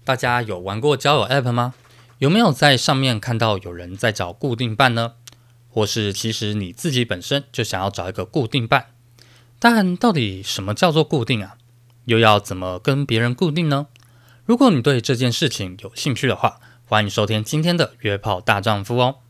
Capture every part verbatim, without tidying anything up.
大家有玩过交友 App 吗？有没有在上面看到有人在找固定伴呢？或是其实你自己本身就想要找一个固定伴，但到底什么叫做固定啊？又要怎么跟别人固定呢？如果你对这件事情有兴趣的话，欢迎收听今天的约炮大丈夫哦。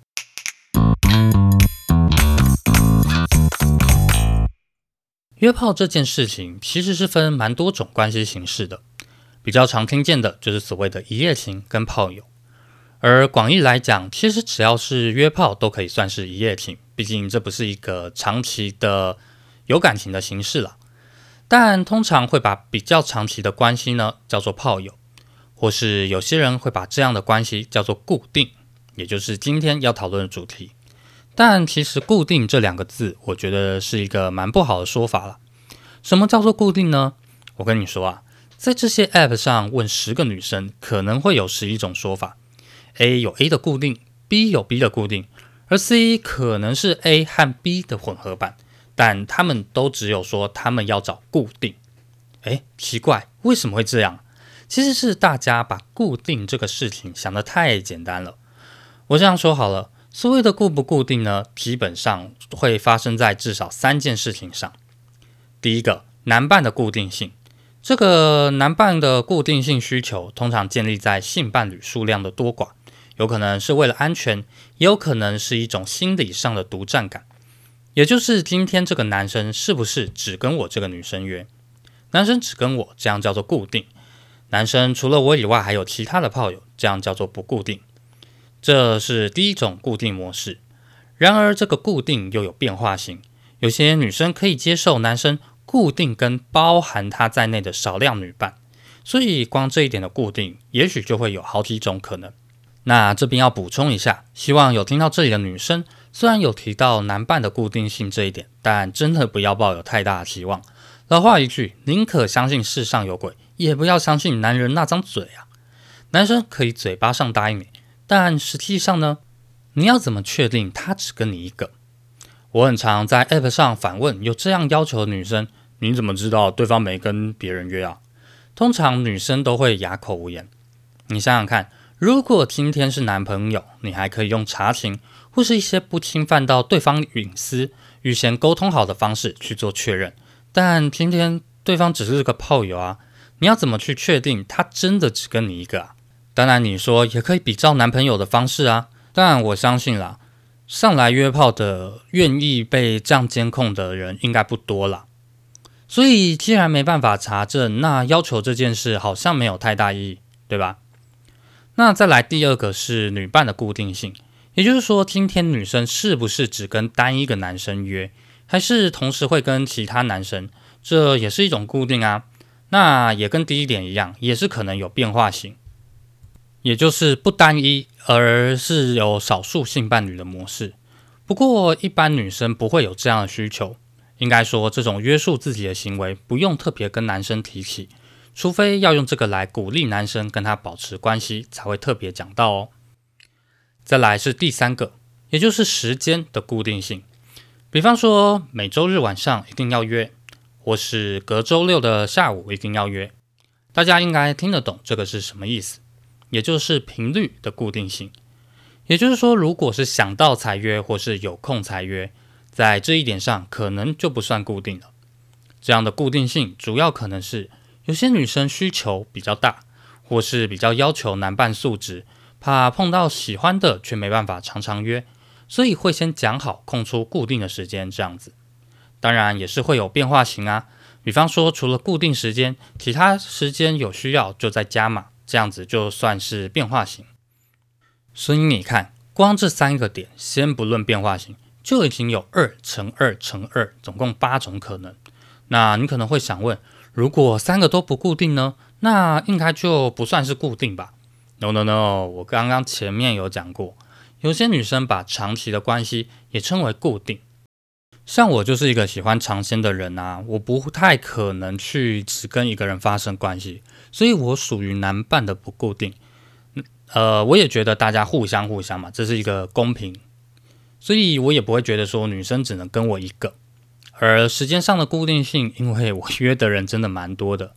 约炮这件事情其实是分蛮多种关系形式的，比较常听见的就是所谓的一夜情跟炮友，而广义来讲，其实只要是约炮都可以算是一夜情，毕竟这不是一个长期的有感情的形式啦。但通常会把比较长期的关系呢叫做炮友，或是有些人会把这样的关系叫做固定，也就是今天要讨论的主题。但其实固定这两个字，我觉得是一个蛮不好的说法啦。什么叫做固定呢？我跟你说啊，在这些 App 上问十个女生，可能会有十一种说法。A 有 A 的固定， B 有 B 的固定，而 C 可能是 A 和 B 的混合版，但他们都只有说他们要找固定。诶，奇怪，为什么会这样？其实是大家把固定这个事情想得太简单了。我这样说好了，所谓的固不固定呢，基本上会发生在至少三件事情上。第一个，男伴的固定性。这个男伴的固定性需求通常建立在性伴侣数量的多寡，有可能是为了安全，也有可能是一种心理上的独占感。也就是今天这个男生是不是只跟我这个女生约？男生只跟我，这样叫做固定。男生除了我以外还有其他的炮友，这样叫做不固定。这是第一种固定模式。然而这个固定又有变化性，有些女生可以接受男生固定跟包含他在内的少量女伴，所以光这一点的固定，也许就会有好几种可能。那这边要补充一下，希望有听到这里的女生，虽然有提到男伴的固定性这一点，但真的不要抱有太大的期望。老话一句，宁可相信世上有鬼，也不要相信男人那张嘴啊。男生可以嘴巴上答应你，但实际上呢，你要怎么确定他只跟你一个？我很常在 App 上反问有这样要求的女生，你怎么知道对方没跟别人约啊？通常女生都会哑口无言。你想想看，如果今天是男朋友，你还可以用查情或是一些不侵犯到对方隐私、预先沟通好的方式去做确认。但今天对方只是个炮友啊，你要怎么去确定他真的只跟你一个啊？当然你说也可以比照男朋友的方式啊，但我相信啦，上来约炮的愿意被这样监控的人应该不多啦。所以既然没办法查证，那要求这件事好像没有太大意义，对吧？那再来第二个是女伴的固定性，也就是说今天女生是不是只跟单一个男生约，还是同时会跟其他男生，这也是一种固定啊。那也跟第一点一样，也是可能有变化性，也就是不单一，而是有少数性伴侣的模式。不过一般女生不会有这样的需求，应该说这种约束自己的行为不用特别跟男生提起，除非要用这个来鼓励男生跟他保持关系，才会特别讲到哦。再来是第三个，也就是时间的固定性。比方说每周日晚上一定要约，或是隔周六的下午一定要约。大家应该听得懂这个是什么意思，也就是频率的固定性。也就是说，如果是想到才约，或是有空才约，在这一点上可能就不算固定了。这样的固定性主要可能是有些女生需求比较大，或是比较要求男伴素质，怕碰到喜欢的却没办法常常约，所以会先讲好空出固定的时间这样子。当然也是会有变化型啊，比方说除了固定时间，其他时间有需要就再加码，这样子就算是变化型。所以你看，光这三个点，先不论变化型，就已经有二乘二乘二，总共八种可能。那你可能会想问，如果三个都不固定呢？那应该就不算是固定吧 ？No No No， 我刚刚前面有讲过，有些女生把长期的关系也称为固定。像我就是一个喜欢尝鲜的人啊，我不太可能去只跟一个人发生关系，所以我属于男伴的不固定。呃，我也觉得大家互相互相嘛，这是一个公平，所以我也不会觉得说女生只能跟我一个。而时间上的固定性，因为我约的人真的蛮多的，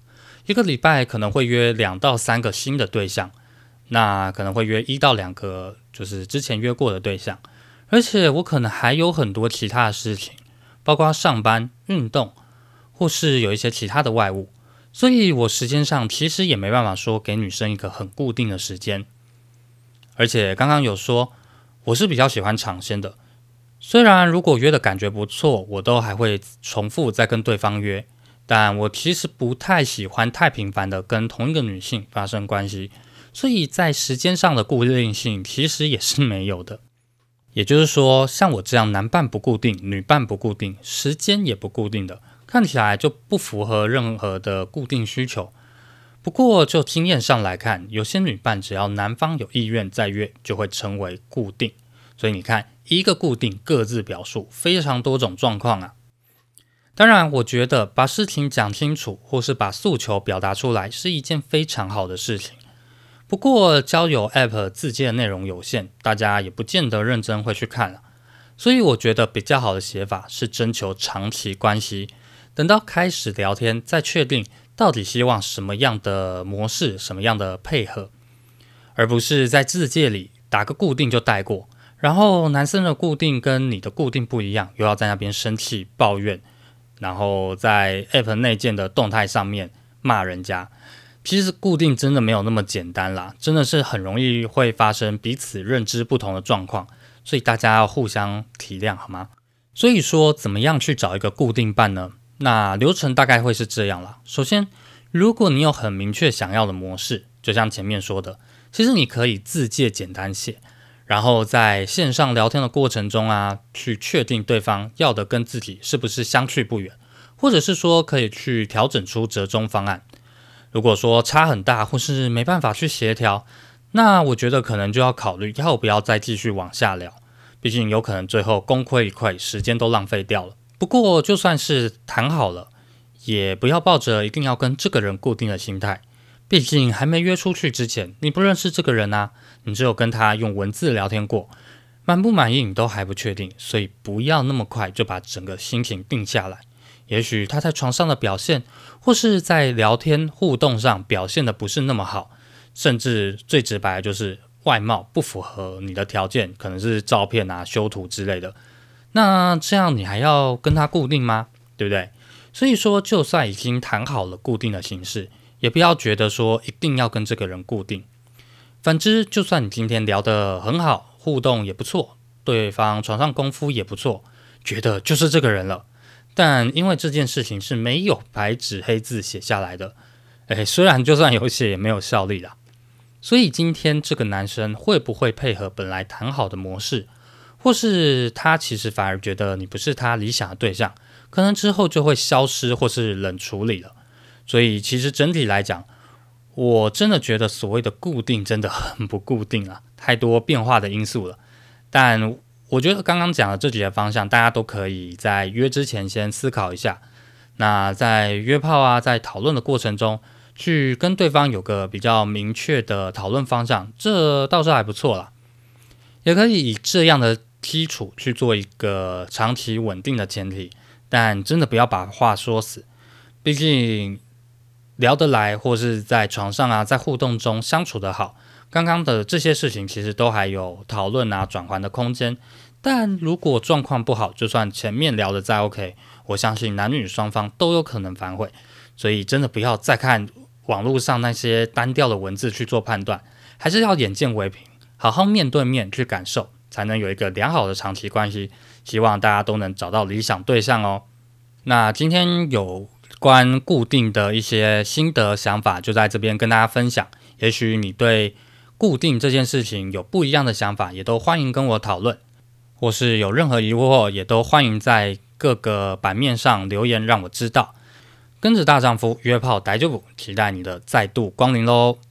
一个礼拜可能会约两到三个新的对象，那可能会约一到两个就是之前约过的对象，而且我可能还有很多其他的事情，包括上班、运动，或是有一些其他的外务，所以我时间上其实也没办法说给女生一个很固定的时间。而且刚刚有说我是比较喜欢尝鲜的，虽然如果约的感觉不错，我都还会重复再跟对方约，但我其实不太喜欢太频繁的跟同一个女性发生关系，所以在时间上的固定性其实也是没有的。也就是说，像我这样男伴不固定、女伴不固定、时间也不固定的，看起来就不符合任何的固定需求。不过就经验上来看，有些女伴只要男方有意愿再约，就会成为固定。所以你看，一个固定各自表述非常多种状况啊。当然，我觉得把事情讲清楚，或是把诉求表达出来，是一件非常好的事情。不过交友 App 自介的内容有限，大家也不见得认真会去看了。所以我觉得比较好的写法是征求长期关系，等到开始聊天再确定到底希望什么样的模式，什么样的配合，而不是在自介里打个固定就带过，然后男生的固定跟你的固定不一样，又要在那边生气抱怨，然后在 App 内建的动态上面骂人家。其实固定真的没有那么简单啦，真的是很容易会发生彼此认知不同的状况，所以大家要互相体谅好吗？所以说怎么样去找一个固定伴呢？那流程大概会是这样啦。首先，如果你有很明确想要的模式，就像前面说的，其实你可以自介简单写，然后在线上聊天的过程中啊，去确定对方要的跟自己是不是相去不远，或者是说可以去调整出折中方案。如果说差很大，或是没办法去协调，那我觉得可能就要考虑要不要再继续往下聊，毕竟有可能最后功亏一篑，时间都浪费掉了。不过就算是谈好了，也不要抱着一定要跟这个人固定的心态，毕竟还没约出去之前，你不认识这个人啊，你只有跟他用文字聊天过，满不满意你都还不确定，所以不要那么快就把整个心情定下来。也许他在床上的表现，或是在聊天互动上表现的不是那么好，甚至最直白的就是外貌不符合你的条件，可能是照片啊、修图之类的。那这样你还要跟他固定吗？对不对？所以说，就算已经谈好了固定的形式，也不要觉得说一定要跟这个人固定。反之，就算你今天聊得很好，互动也不错，对方床上功夫也不错，觉得就是这个人了，但因为这件事情是没有白纸黑字写下来的，诶，虽然就算有写也没有效力啦。所以今天这个男生会不会配合本来谈好的模式，或是他其实反而觉得你不是他理想的对象，可能之后就会消失或是冷处理了。所以其实整体来讲，我真的觉得所谓的固定真的很不固定啊，太多变化的因素了。但我觉得刚刚讲的这几个方向，大家都可以在约之前先思考一下。那在约炮啊，在讨论的过程中，去跟对方有个比较明确的讨论方向，这倒是还不错啦。也可以以这样的基础去做一个长期稳定的前提，但真的不要把话说死，毕竟聊得来，或是在床上啊，在互动中相处得好，刚刚的这些事情其实都还有讨论啊、转圜的空间。但如果状况不好，就算前面聊得再 OK， 我相信男女双方都有可能反悔，所以真的不要再看网络上那些单调的文字去做判断，还是要眼见为凭，好好面对面去感受，才能有一个良好的长期关系。希望大家都能找到理想对象哦。那今天有关固定的一些心得想法，就在这边跟大家分享。也许你对固定这件事情有不一样的想法，也都欢迎跟我讨论，或是有任何疑惑，也都欢迎在各个版面上留言让我知道。跟着大丈夫约炮逮就补，期待你的再度光临咯。